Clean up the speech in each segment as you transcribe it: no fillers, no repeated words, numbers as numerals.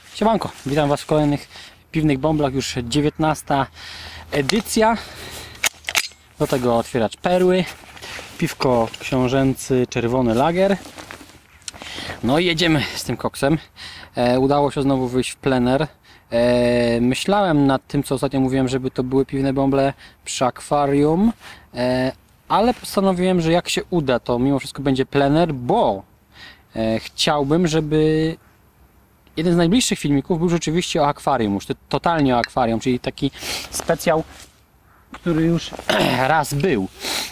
Siemanko, witam Was w kolejnych piwnych bąblach, już 19 edycja. Do tego otwieracz perły, piwko książęcy czerwony lager. No i jedziemy z tym koksem. Udało się znowu wyjść w plener. Myślałem nad tym, co ostatnio mówiłem, żeby to były piwne bąble przy akwarium, ale postanowiłem, że jak się uda, to mimo wszystko będzie plener, bo chciałbym, żeby jeden z najbliższych filmików był rzeczywiście o akwarium, już totalnie o akwarium, czyli taki specjał, który już raz był.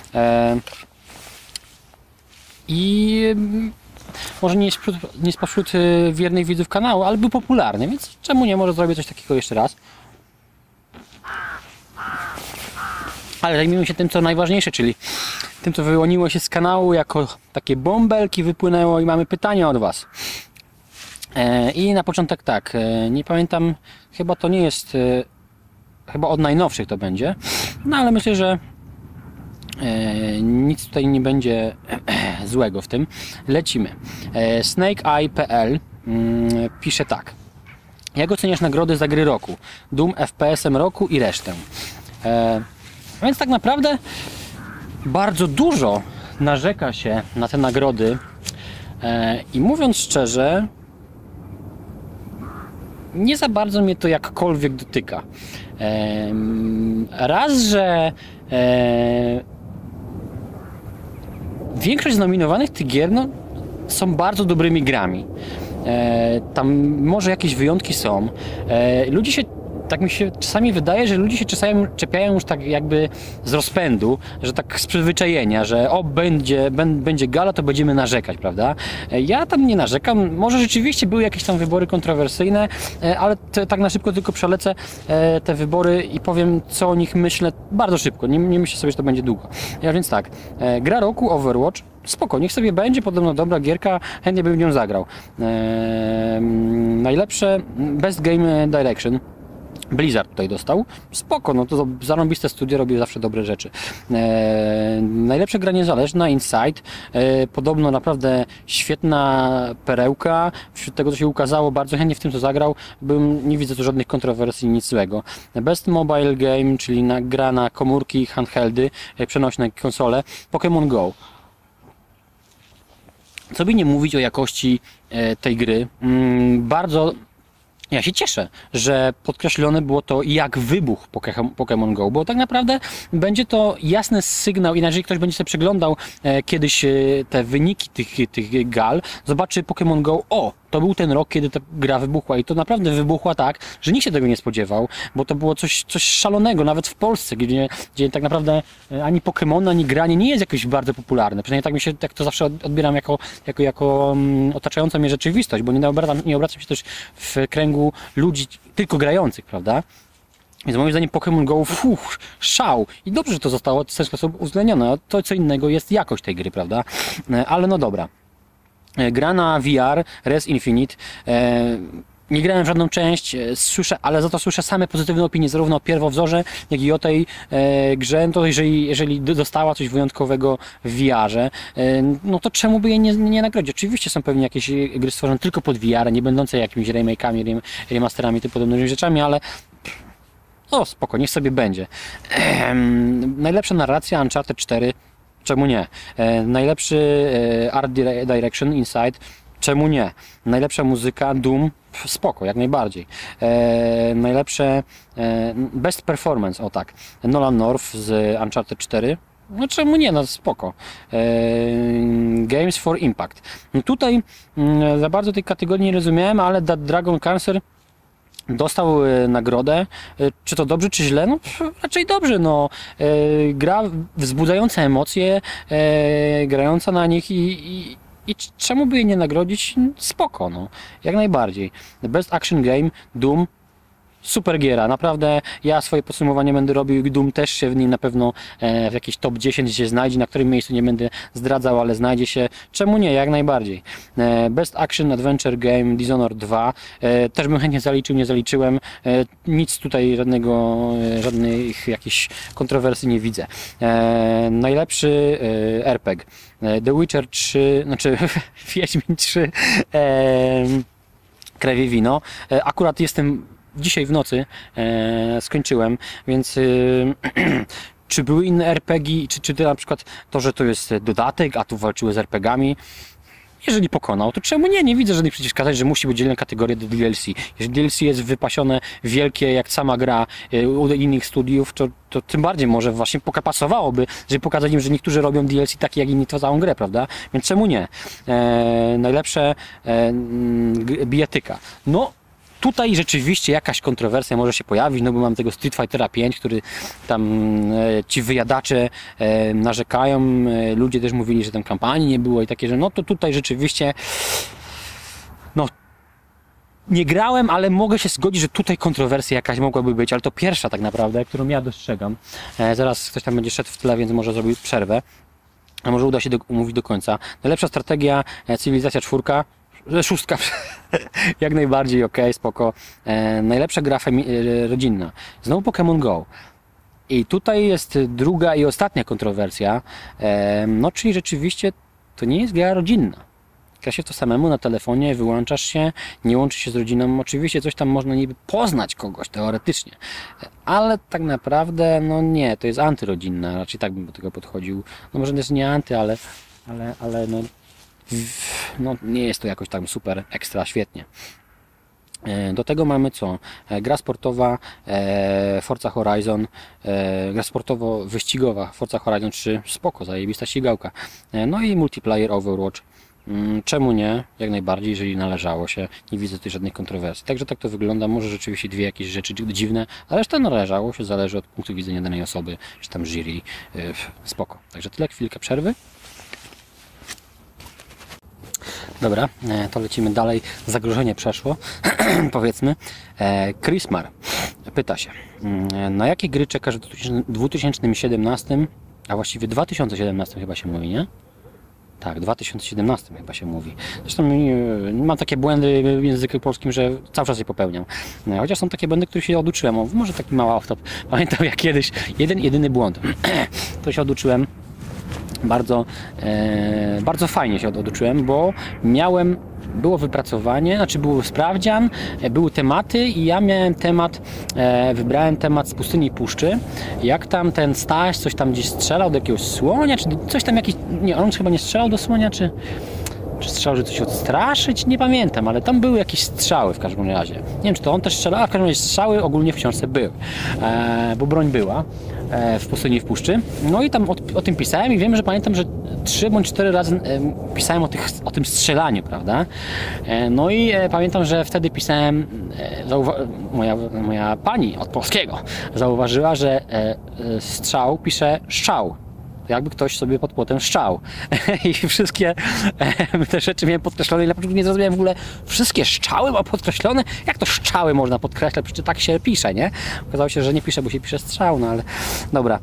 I może nie spośród wiernych widzów kanału, ale był popularny, więc czemu nie, może zrobię coś takiego jeszcze raz. Ale zajmijmy się tym, co najważniejsze, czyli tym, co wyłoniło się z kanału jako takie bąbelki, wypłynęło i mamy pytania od Was. I na początek tak, nie pamiętam, chyba to nie jest, chyba od najnowszych to będzie, no ale myślę, że nic tutaj nie będzie złego w tym. Lecimy. SnakeEye.pl pisze tak: jak oceniasz nagrody za gry roku? Doom, FPS-em roku i resztę. Więc tak naprawdę bardzo dużo narzeka się na te nagrody i mówiąc szczerze, nie za bardzo mnie to jakkolwiek dotyka. Raz, że większość z nominowanych tych gier są bardzo dobrymi grami. Tam może jakieś wyjątki są. Ludzie się, tak mi się czasami wydaje, że ludzie się czasami czepiają już tak jakby z rozpędu, że tak z przyzwyczajenia, że o, będzie gala, to będziemy narzekać, prawda? Ja tam nie narzekam, może rzeczywiście były jakieś tam wybory kontrowersyjne, ale tak na szybko tylko przelecę te wybory i powiem, co o nich myślę bardzo szybko, nie myślę sobie, że to będzie długo. Ja więc tak, gra roku Overwatch, spoko, niech sobie będzie, podobno dobra gierka, chętnie bym w nią zagrał. Najlepsze Best Game Direction Blizzard tutaj dostał. Spoko, no to zarąbiste studio, robi zawsze dobre rzeczy. Najlepsze gra niezależna, Inside. Podobno naprawdę świetna perełka. Wśród tego, co się ukazało, bardzo chętnie w tym, co zagrał. Nie widzę tu żadnych kontrowersji, nic złego. Best Mobile Game, czyli gra na komórki, handheldy, przenośne konsole. Pokémon Go. Co by nie mówić o jakości tej gry, bardzo ja się cieszę, że podkreślone było to, jak wybuchł Pokémon Go, bo tak naprawdę będzie to jasny sygnał i jeżeli ktoś będzie sobie przeglądał kiedyś te wyniki tych gal, zobaczy Pokémon Go, o, to był ten rok, kiedy ta gra wybuchła i to naprawdę wybuchła tak, że nikt się tego nie spodziewał, bo to było coś szalonego, nawet w Polsce, gdzie tak naprawdę ani Pokémon, ani granie nie jest jakoś bardzo popularne. Przynajmniej tak to zawsze odbieram jako otaczająca mnie rzeczywistość, bo nie obracam się też w kręgu ludzi tylko grających, prawda? Więc moim zdaniem Pokémon Go, szał. I dobrze, że to zostało w ten sposób uwzględnione. To co innego jest jakość tej gry, prawda? Ale no dobra. Gra na VR, Res Infinite. Nie grałem w żadną część, ale za to słyszę same pozytywne opinie, zarówno o pierwowzorze, jak i o tej grze. To jeżeli dostała coś wyjątkowego w VR-ze, no to czemu by jej nie nagrodzić? Oczywiście są pewnie jakieś gry stworzone tylko pod VR, nie będące jakimiś remake'ami, remasterami, typu podobnymi rzeczami, ale no spoko, niech sobie będzie. Najlepsza narracja Uncharted 4. Czemu nie? Najlepszy Art Direction Inside, czemu nie? Najlepsza muzyka Doom, spoko, jak najbardziej. Najlepsze Best Performance, o tak, Nolan North z Uncharted 4, no czemu nie, no spoko. Games for Impact. No tutaj za bardzo tej kategorii nie rozumiałem, ale Dragon Cancer dostał nagrodę. Czy to dobrze, czy źle? No raczej dobrze. No. Gra wzbudzająca emocje, grająca na nich i czemu by jej nie nagrodzić? Spoko, no. Jak najbardziej. Best Action Game, Doom. Super giera, naprawdę ja swoje podsumowanie będę robił, Doom też się w nim na pewno w jakiś top 10 się znajdzie, na którym miejscu nie będę zdradzał, ale znajdzie się, czemu nie, jak najbardziej. Best Action Adventure Game Dishonored 2, też bym chętnie zaliczył, nie zaliczyłem, nic tutaj żadnych jakichś kontrowersji nie widzę. Najlepszy RPG, The Witcher 3, znaczy Wiedźmin 3, Krewie wino. Akurat jestem dzisiaj w nocy, skończyłem, więc czy były inne RPG, czy to na przykład to, że to jest dodatek, a tu walczyły z RPGami? Jeżeli pokonał, to czemu nie? Nie widzę żadnych przeciwwskazań, że musi być dzielna kategoria do DLC. Jeżeli DLC jest wypasione wielkie, jak sama gra u innych studiów, to tym bardziej może właśnie pasowałoby, żeby pokazać im, że niektórzy robią DLC takie, jak inni to całą grę, prawda? Więc czemu nie? Najlepsze bijatyka. No, tutaj rzeczywiście jakaś kontrowersja może się pojawić, no bo mam tego Street Fightera 5, który tam ci wyjadacze narzekają, ludzie też mówili, że tam kampanii nie było i takie, że no to tutaj rzeczywiście no nie grałem, ale mogę się zgodzić, że tutaj kontrowersja jakaś mogłaby być, ale to pierwsza tak naprawdę, którą ja dostrzegam. Zaraz ktoś tam będzie szedł w tle, więc może zrobił przerwę, a może uda się umówić do końca. Najlepsza strategia, Cywilizacja 4. Szóstka, jak najbardziej, ok, spoko. Najlepsza gra rodzinna. Znowu Pokémon Go. I tutaj jest druga i ostatnia kontrowersja. No, czyli rzeczywiście to nie jest gra rodzinna. Gra się to samemu na telefonie, wyłączasz się, nie łączysz się z rodziną. Oczywiście coś tam można niby poznać kogoś, teoretycznie. Ale tak naprawdę, no nie, to jest antyrodzinna. Raczej tak bym do tego podchodził. No może to jest nie anty, ale no nie jest to jakoś tam super, ekstra, świetnie. Do tego mamy co? Gra sportowa Forza Horizon, gra sportowo-wyścigowa Forza Horizon 3, spoko, zajebista ścigałka. No i multiplayer Overwatch. Czemu nie? Jak najbardziej, jeżeli należało się. Nie widzę tutaj żadnych kontrowersji. Także tak to wygląda. Może rzeczywiście dwie jakieś rzeczy dziwne, ale reszta należało się, zależy od punktu widzenia danej osoby, czy tam jury. Spoko. Także tyle, chwilkę przerwy. Dobra, to lecimy dalej. Zagrożenie przeszło, powiedzmy. Chrismar pyta się, na jakie gry czekasz w 2017, a właściwie 2017 chyba się mówi, nie? Tak, w 2017 chyba się mówi. Zresztą mam takie błędy w języku polskim, że cały czas je popełniam. Chociaż są takie błędy, których się oduczyłem. O, może taki mały off-top. Pamiętam jak kiedyś, jedyny błąd, to się oduczyłem. Bardzo fajnie się oduczyłem, bo było wypracowanie, znaczy był sprawdzian, były tematy i ja miałem temat, wybrałem temat z pustyni i puszczy. Jak tam ten Staś coś tam gdzieś strzelał do jakiegoś słonia, czy coś tam jakiś, nie, on chyba nie strzelał do słonia, czy strzelał, żeby coś odstraszyć, nie pamiętam, ale tam były jakieś strzały w każdym razie. Nie wiem, czy to on też strzelał, a w każdym razie strzały ogólnie w książce były, bo broń była w pustyni i w puszczy. No i tam o tym pisałem i wiem, że pamiętam, że 3 bądź 4 razy pisałem o tym strzelaniu, prawda? No i pamiętam, że wtedy pisałem, moja pani od polskiego zauważyła, że strzał pisze szczał. Jakby ktoś sobie pod płotem szczał. I wszystkie te rzeczy miałem podkreślone i na początku nie zrozumiałem w ogóle, wszystkie szczały ma podkreślone? Jak to szczały można podkreślać? Przecież tak się pisze, nie? Okazało się, że nie pisze, bo się pisze strzał, no ale dobra.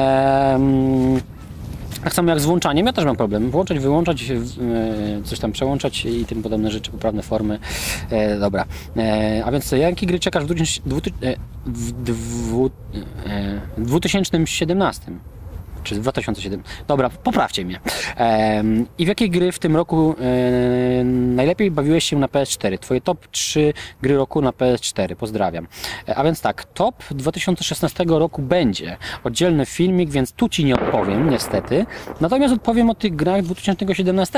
Tak samo jak z włączaniem, ja też mam problem. Włączać, wyłączać, coś tam przełączać i tym podobne rzeczy, poprawne formy. Dobra. A więc jakie gry czekasz w 2017? Czy 2007. Dobra, poprawcie mnie. I w jakie gry w tym roku najlepiej bawiłeś się na PS4? Twoje top 3 gry roku na PS4. Pozdrawiam. A więc tak, top 2016 roku będzie oddzielny filmik, więc tu Ci nie odpowiem, niestety. Natomiast odpowiem o tych grach 2017.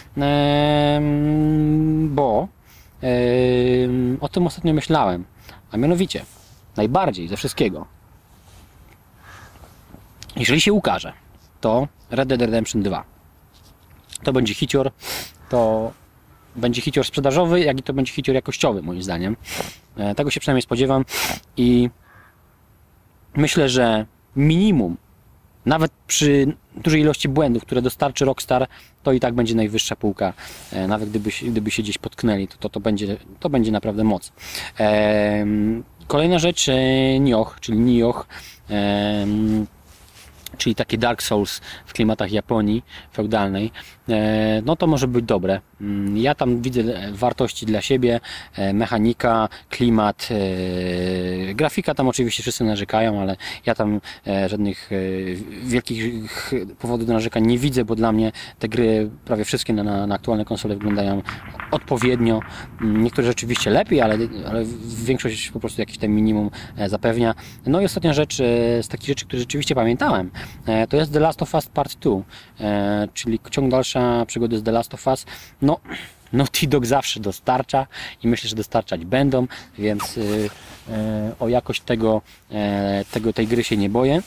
Bo o tym ostatnio myślałem. A mianowicie, najbardziej ze wszystkiego, jeżeli się ukaże, to Red Dead Redemption 2. To będzie hicior, to będzie hicior sprzedażowy, jak i to będzie hicior jakościowy, moim zdaniem. Tego się przynajmniej spodziewam i myślę, że minimum, nawet przy dużej ilości błędów, które dostarczy Rockstar, to i tak będzie najwyższa półka. Nawet gdyby się gdzieś potknęli, to będzie naprawdę moc. Kolejna rzecz, Nioh, czyli takie Dark Souls w klimatach Japonii feudalnej, no to może być dobre. Ja tam widzę wartości dla siebie, mechanika, klimat, grafika tam oczywiście wszyscy narzekają, ale ja tam żadnych wielkich powodów do narzekań nie widzę, bo dla mnie te gry prawie wszystkie na aktualne konsole wyglądają odpowiednio. Niektóre rzeczywiście lepiej, ale większość po prostu jakieś tam minimum zapewnia. No i ostatnia rzecz z takich rzeczy, które rzeczywiście pamiętałem, to jest The Last of Us Part 2, czyli ciąg dalsza przygody z The Last of Us. No, Naughty Dog zawsze dostarcza i myślę, że dostarczać będą, więc o jakość tej gry się nie boję.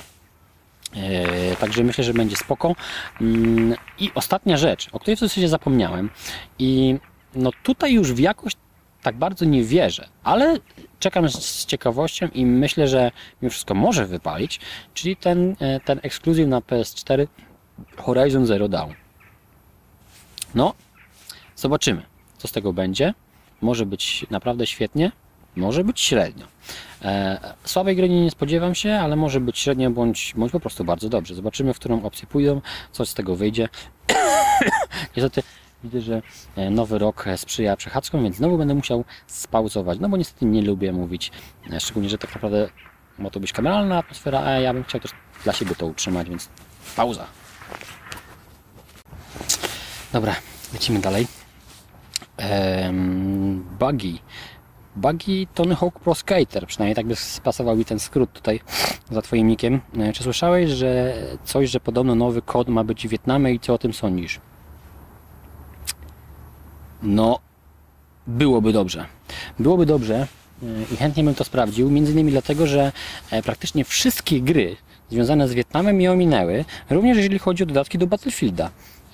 Także myślę, że będzie spoko. I ostatnia rzecz, o której w zasadzie zapomniałem, i no tutaj już w jakość tak bardzo nie wierzę, ale czekam z ciekawością i myślę, że mimo wszystko może wypalić, czyli ten ekskluzyw na PS4 Horizon Zero Dawn. No, zobaczymy, co z tego będzie. Może być naprawdę świetnie, może być średnio. Słabej gry nie spodziewam się, ale może być średnio bądź po prostu bardzo dobrze. Zobaczymy, w którą opcję pójdą, co z tego wyjdzie. Niestety widzę, że nowy rok sprzyja przechadzkom, więc znowu będę musiał spauzować, no bo niestety nie lubię mówić, szczególnie, że tak naprawdę ma to być kameralna atmosfera, a ja bym chciał też dla siebie to utrzymać, więc pauza. Dobra, lecimy dalej. Buggy Tony Hawk Pro Skater, przynajmniej tak by spasował mi ten skrót tutaj za Twoim nickiem. Czy słyszałeś, że podobno nowy kod ma być w Wietnamie i co o tym sądzisz? No, byłoby dobrze. Byłoby dobrze i chętnie bym to sprawdził, między innymi dlatego, że praktycznie wszystkie gry związane z Wietnamem mnie ominęły, również jeżeli chodzi o dodatki do Battlefielda.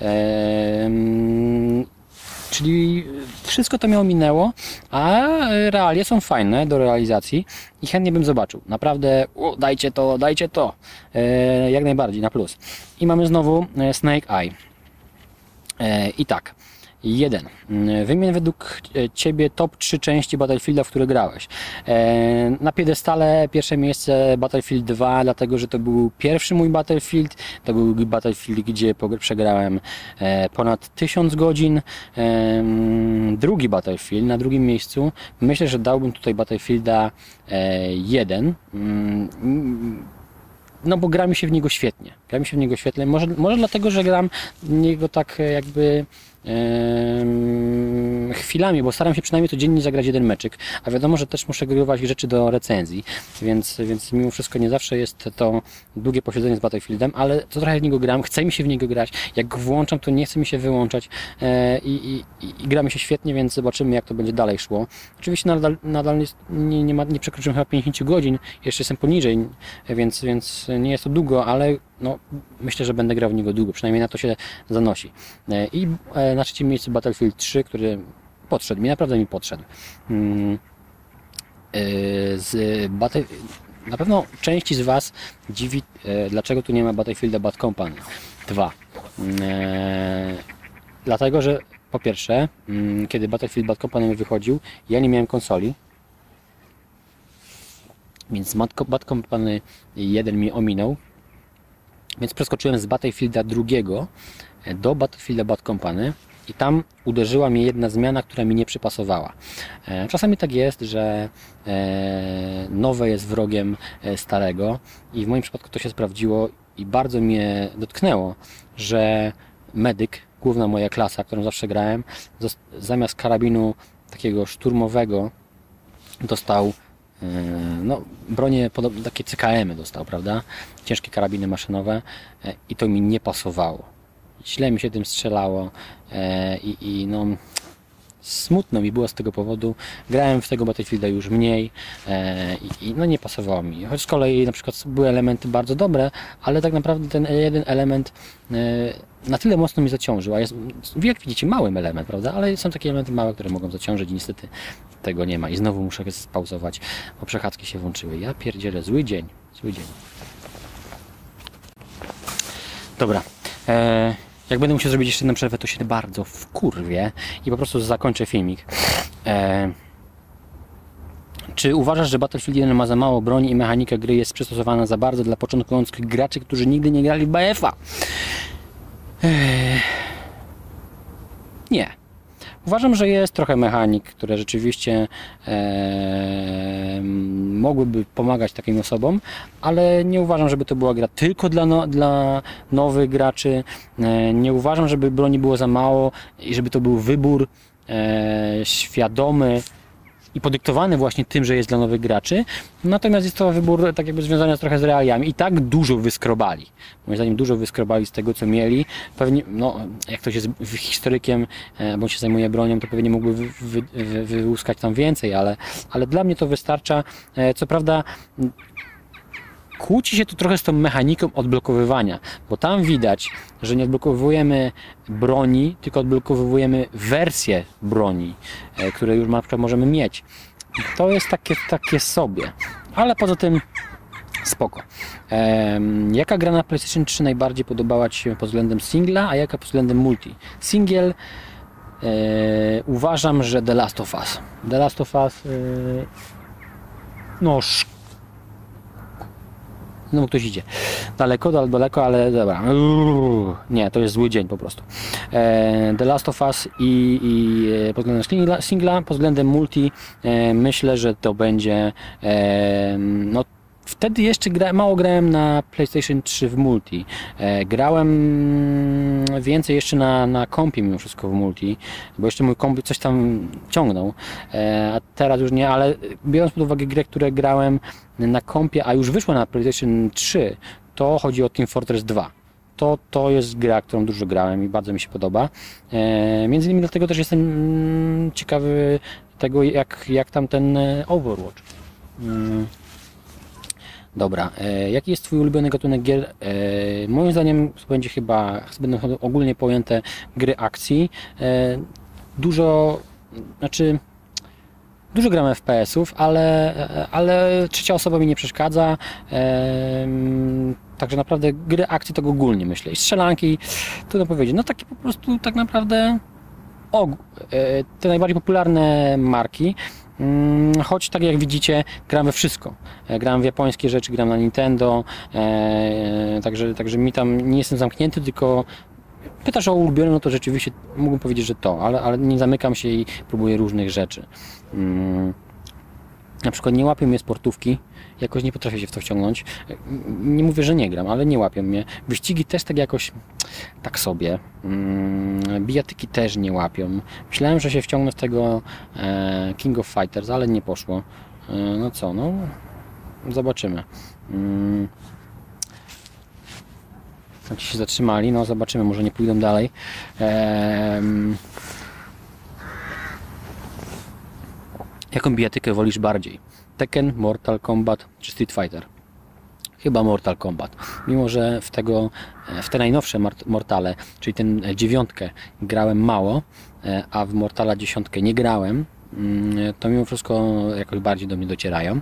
Czyli wszystko to mnie ominęło, a realia są fajne do realizacji i chętnie bym zobaczył. Naprawdę, dajcie to, jak najbardziej, na plus. I mamy znowu Snake Eye. I tak. 1. Wymień według Ciebie top 3 części Battlefielda, w które grałeś. Na piedestale pierwsze miejsce Battlefield 2, dlatego że to był pierwszy mój Battlefield. To był Battlefield, gdzie przegrałem ponad 1000 godzin. Drugi Battlefield, na drugim miejscu. Myślę, że dałbym tutaj Battlefielda 1. No bo gra mi się w niego świetnie. Może dlatego, że gram w niego tak jakby chwilami, bo staram się przynajmniej codziennie zagrać jeden meczyk, a wiadomo, że też muszę grywać rzeczy do recenzji, więc mimo wszystko nie zawsze jest to długie posiedzenie z Battlefieldem, ale co trochę w niego gram, chce mi się w niego grać, jak go włączam, to nie chce mi się wyłączać i gra mi się świetnie, więc zobaczymy, jak to będzie dalej szło. Oczywiście nadal nie przekroczyłem chyba 50 godzin, jeszcze jestem poniżej, więc nie jest to długo, ale no, myślę, że będę grał w niego długo, przynajmniej na to się zanosi. I na trzecim miejscu Battlefield 3, który podszedł mi, naprawdę mi podszedł. Na pewno części z Was dziwi, dlaczego tu nie ma Battlefielda Bad Company 2. Dlatego, że po pierwsze, kiedy Battlefield Bad Company wychodził, ja nie miałem konsoli, więc Bad Company 1 mi ominął, więc przeskoczyłem z Battlefielda 2 do Battlefielda Bad Company i tam uderzyła mnie jedna zmiana, która mi nie przypasowała. Czasami tak jest, że nowe jest wrogiem starego i w moim przypadku to się sprawdziło i bardzo mnie dotknęło, że medyk, główna moja klasa, którą zawsze grałem, zamiast karabinu takiego szturmowego dostał no, bronie podobne, takie CKM-y dostał, prawda? Ciężkie karabiny maszynowe i to mi nie pasowało. Źle mi się tym strzelało i no, smutno mi było z tego powodu. Grałem w tego Battlefielda już mniej i no nie pasowało mi. Choć z kolei na przykład były elementy bardzo dobre, ale tak naprawdę ten jeden element na tyle mocno mi zaciążył, a jest, jak widzicie, małym element, prawda? Ale są takie elementy małe, które mogą zaciążyć i niestety tego nie ma. I znowu muszę spauzować, bo przechadzki się włączyły. Ja pierdzielę, zły dzień. Dobra. Jak będę musiał zrobić jeszcze jedną przerwę, to się bardzo wkurwię i po prostu zakończę filmik. Czy uważasz, że Battlefield 1 ma za mało broni i mechanika gry jest przystosowana za bardzo dla początkujących graczy, którzy nigdy nie grali w BF-a? Nie. Uważam, że jest trochę mechanik, które rzeczywiście mogłyby pomagać takim osobom, ale nie uważam, żeby to była gra tylko dla nowych graczy. Nie uważam, żeby broni było za mało i żeby to był wybór świadomy i podyktowany właśnie tym, że jest dla nowych graczy. Natomiast jest to wybór tak jakby związany trochę z realiami i tak dużo wyskrobali. Moim zdaniem dużo wyskrobali z tego, co mieli. Pewnie, no, jak ktoś jest historykiem, bądź się zajmuje bronią, to pewnie mógłby wyłuskać tam więcej, ale dla mnie to wystarcza. Co prawda kłóci się to trochę z tą mechaniką odblokowywania, bo tam widać, że nie odblokowujemy broni, tylko odblokowujemy wersje broni, które już na przykład możemy mieć. To jest takie sobie, ale poza tym spoko. Jaka gra na PlayStation 3 najbardziej podobała Ci się pod względem singla, a jaka pod względem multi? Singiel uważam, że The Last of Us. The Last of Us no znowu ktoś idzie. Daleko, ale dobra. Nie, to jest zły dzień po prostu. The Last of Us i pod względem singla, pod względem multi myślę, że to będzie no wtedy jeszcze mało grałem na PlayStation 3 w multi. Grałem więcej jeszcze na kompie mimo wszystko w multi, bo jeszcze mój komp coś tam ciągnął. A teraz już nie, ale biorąc pod uwagę grę, które grałem na kompie, a już wyszła na PlayStation 3, to chodzi o Team Fortress 2. To jest gra, którą dużo grałem i bardzo mi się podoba. Między innymi dlatego też jestem ciekawy tego, jak tam ten Overwatch. Dobra, jaki jest Twój ulubiony gatunek gier? Moim zdaniem będą ogólnie pojęte gry akcji. Dużo gram FPS-ów, ale trzecia osoba mi nie przeszkadza. Także naprawdę gry akcji to ogólnie myślę. I strzelanki, trudno powiedzieć. No takie po prostu tak naprawdę te najbardziej popularne marki. Choć tak jak widzicie, gram we wszystko. Gram w japońskie rzeczy, gram na Nintendo, także mi tam nie jestem zamknięty, tylko pytasz o ulubione, no to rzeczywiście mógłbym powiedzieć, że to, ale nie zamykam się i próbuję różnych rzeczy. Na przykład nie łapią mnie sportówki, jakoś nie potrafię się w to wciągnąć. Nie mówię, że nie gram, ale nie łapią mnie. Wyścigi też tak jakoś, tak sobie. Bijatyki też nie łapią. Myślałem, że się wciągnę w tego King of Fighters, ale nie poszło. No co, no zobaczymy. Tam ci się zatrzymali, no zobaczymy, może nie pójdą dalej. Jaką bijatykę wolisz bardziej? Tekken, Mortal Kombat czy Street Fighter? Chyba Mortal Kombat. Mimo że w te najnowsze Mortale, czyli ten 9 grałem mało, a w Mortala 10 nie grałem, to mimo wszystko jakoś bardziej do mnie docierają.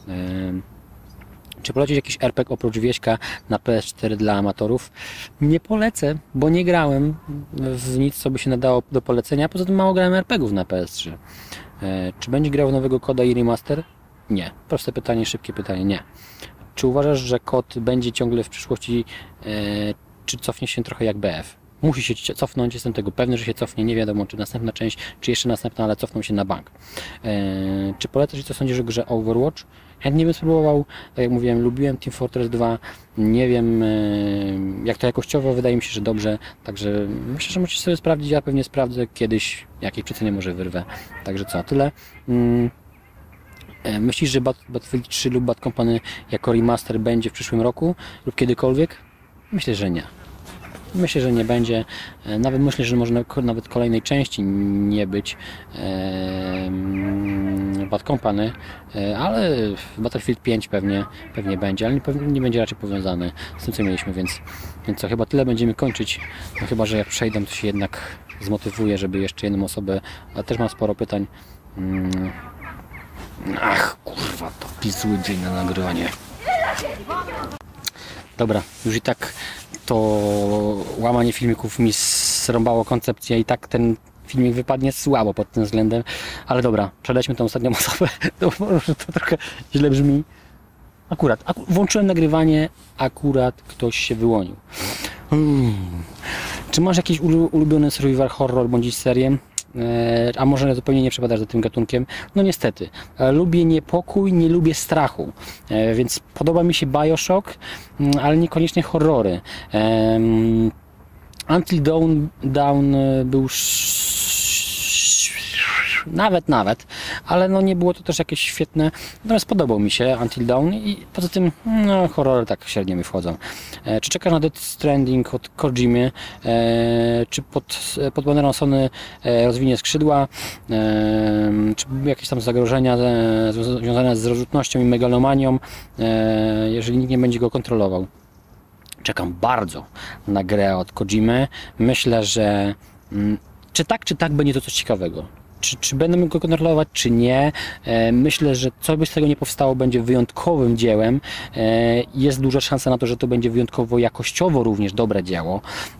Czy polecić jakiś RPG oprócz Wieśka na PS4 dla amatorów? Nie polecę, bo nie grałem w nic, co by się nadało do polecenia. Poza tym mało grałem RPGów na PS3. Czy będzie grał w nowego Koda i remaster? Nie. Proste pytanie, szybkie pytanie. Nie. Czy uważasz, że kod będzie ciągle w przyszłości, czy cofnie się trochę jak BF? Musi się cofnąć, jestem tego pewny, że się cofnie. Nie wiadomo, czy następna część, czy jeszcze następna, ale cofną się na bank. Czy polecasz i co sądzisz o grze Overwatch? Chętnie bym spróbował, tak jak mówiłem, lubiłem Team Fortress 2, nie wiem jak to jakościowo, wydaje mi się, że dobrze, także myślę, że możecie sobie sprawdzić, ja pewnie sprawdzę kiedyś, jakiej przecenie może wyrwę, także co, tyle. Myślisz, że Battlefield 3 lub Bad Company jako remaster będzie w przyszłym roku lub kiedykolwiek? Myślę, że nie. Myślę, że nie będzie. Nawet myślę, że może nawet kolejnej części nie być Bad Company, ale Battlefield 5 pewnie będzie, ale nie będzie raczej powiązany z tym, co mieliśmy, więc co, chyba tyle będziemy kończyć. No, chyba że jak przejdę, to się jednak zmotywuję, żeby jeszcze jedną osobę, ale też mam sporo pytań. Ach, kurwa, to zły dzień na nagrywanie. Dobra, już i tak to łamanie filmików mi zrąbało koncepcję i tak ten filmik wypadnie słabo pod tym względem, ale dobra, przelećmy tą ostatnią osobę, to może to trochę źle brzmi. Włączyłem nagrywanie, akurat ktoś się wyłonił. Czy masz jakiś ulubiony survival horror bądź serię? A może zupełnie nie przepadasz za tym gatunkiem? No niestety. Lubię niepokój, nie lubię strachu. Więc podoba mi się BioShock, ale niekoniecznie horrory. Until Dawn był nawet, ale no nie było to też jakieś świetne, natomiast podobał mi się Until Dawn i poza tym no, horrory tak średnio mi wchodzą. Czy czekasz na Death Stranding od Kojimy, czy pod banerą Sony rozwinie skrzydła, czy jakieś tam zagrożenia związane z rozrzutnością i megalomanią, jeżeli nikt nie będzie go kontrolował? Czekam bardzo na grę od Kojimy. Myślę, że czy tak będzie to coś ciekawego. Czy będę mógł go kontrolować, czy nie. Myślę, że co by z tego nie powstało, będzie wyjątkowym dziełem. Jest duża szansa na to, że to będzie wyjątkowo jakościowo również dobre dzieło.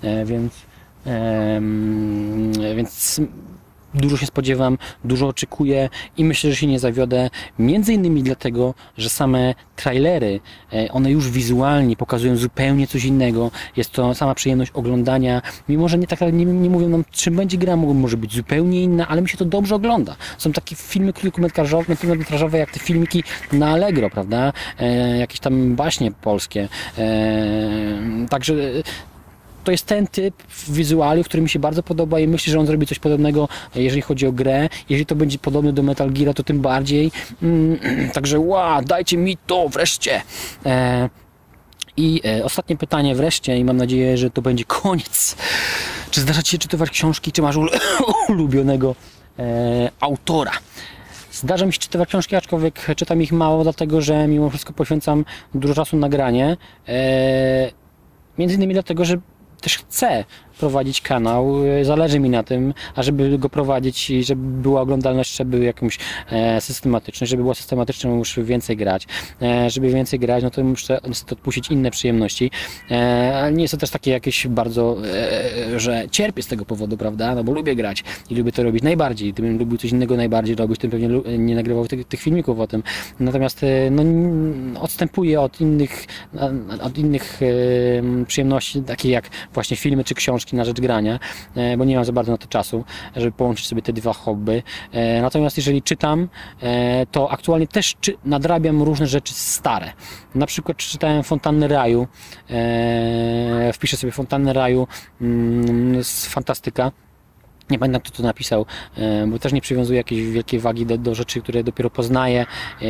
Więc dużo się spodziewam, dużo oczekuję i myślę, że się nie zawiodę. Między innymi dlatego, że same trailery, one już wizualnie pokazują zupełnie coś innego. Jest to sama przyjemność oglądania, mimo że nie mówią nam, czym będzie gra, może być zupełnie inna, ale mi się to dobrze ogląda. Są takie filmy krótkometrażowe jak te filmiki na Allegro, prawda? Jakieś tam baśnie polskie. Także to jest ten typ wizualiów, który mi się bardzo podoba i myślę, że on zrobi coś podobnego, jeżeli chodzi o grę. Jeżeli to będzie podobne do Metal Geara, to tym bardziej. Także dajcie mi to wreszcie. I ostatnie pytanie wreszcie i mam nadzieję, że to będzie koniec. Czy zdarza Ci się czytywać książki, czy masz ulubionego autora? Zdarza mi się czytywać książki, aczkolwiek czytam ich mało, dlatego że mimo wszystko poświęcam dużo czasu na granie. Między innymi dlatego, że też chcę prowadzić kanał, zależy mi na tym, a żeby go prowadzić i żeby była oglądalność, żeby był jakąś systematyczność, żeby była systematyczna, muszę więcej grać. Żeby więcej grać, no to muszę odpuścić inne przyjemności. Nie jest to też takie jakieś bardzo, że cierpię z tego powodu, prawda, no bo lubię grać i lubię to robić najbardziej. Gdybym lubił coś innego najbardziej robić, to pewnie nie nagrywał tych filmików o tym. Natomiast no, odstępuję od innych przyjemności, takich jak właśnie filmy czy książki na rzecz grania, bo nie mam za bardzo na to czasu, żeby połączyć sobie te dwa hobby. Natomiast jeżeli czytam, to aktualnie też nadrabiam różne rzeczy stare. Na przykład czytałem Fontannę Raju, wpiszę sobie Fontannę Raju z fantastyka. Nie pamiętam, kto to napisał, bo też nie przywiązuję jakiejś wielkiej wagi do rzeczy, które dopiero poznaję,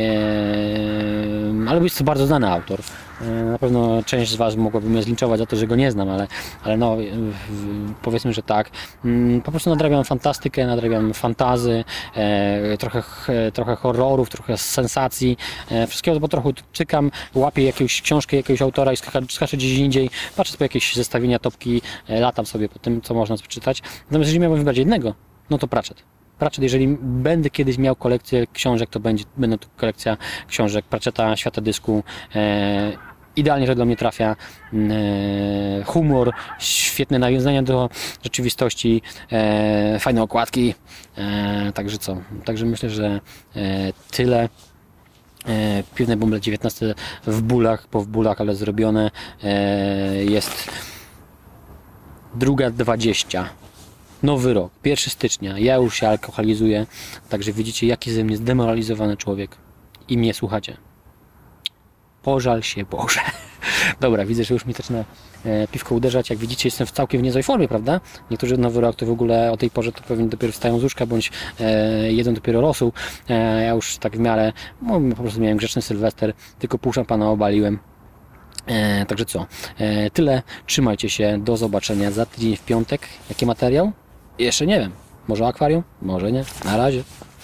ale jest to bardzo znany autor. Na pewno część z Was mogłaby mnie zlinczować za to, że go nie znam, ale no, powiedzmy, że tak. Po prostu nadrabiam fantastykę, nadrabiam fantazy, trochę horrorów, trochę sensacji, wszystkiego po trochu czekam, łapię jakąś książkę, jakiegoś autora i skaczę gdzieś indziej, patrzę sobie jakieś zestawienia, topki, latam sobie po tym, co można przeczytać. Natomiast jeżeli miałbym wybrać jednego, no to Pratchett. Jeżeli będę kiedyś miał kolekcję książek, to będzie to kolekcja książek Pratchetta, Świata Dysku. Idealnie to do mnie trafia. Humor, świetne nawiązania do rzeczywistości, fajne okładki. Także myślę, że tyle. Piwne Bumble 19 w bólach, ale zrobione. Jest 2:20. Nowy rok, 1 stycznia, ja już się alkoholizuję, także widzicie, jaki ze mnie zdemoralizowany człowiek i mnie słuchacie. Pożal się Boże. Dobra, widzę, że już mi zaczyna piwko uderzać. Jak widzicie, jestem całkiem w niezłej formie, prawda? Niektórzy nowy rok to w ogóle o tej porze to pewnie dopiero wstają z łóżka, bądź jedzą dopiero rosół. Ja już tak w miarę, po prostu miałem grzeczny Sylwester, tylko pół szampana obaliłem. Także co? Tyle. Trzymajcie się. Do zobaczenia za tydzień w piątek. Jaki materiał? Jeszcze nie wiem. Może akwarium? Może nie. Na razie.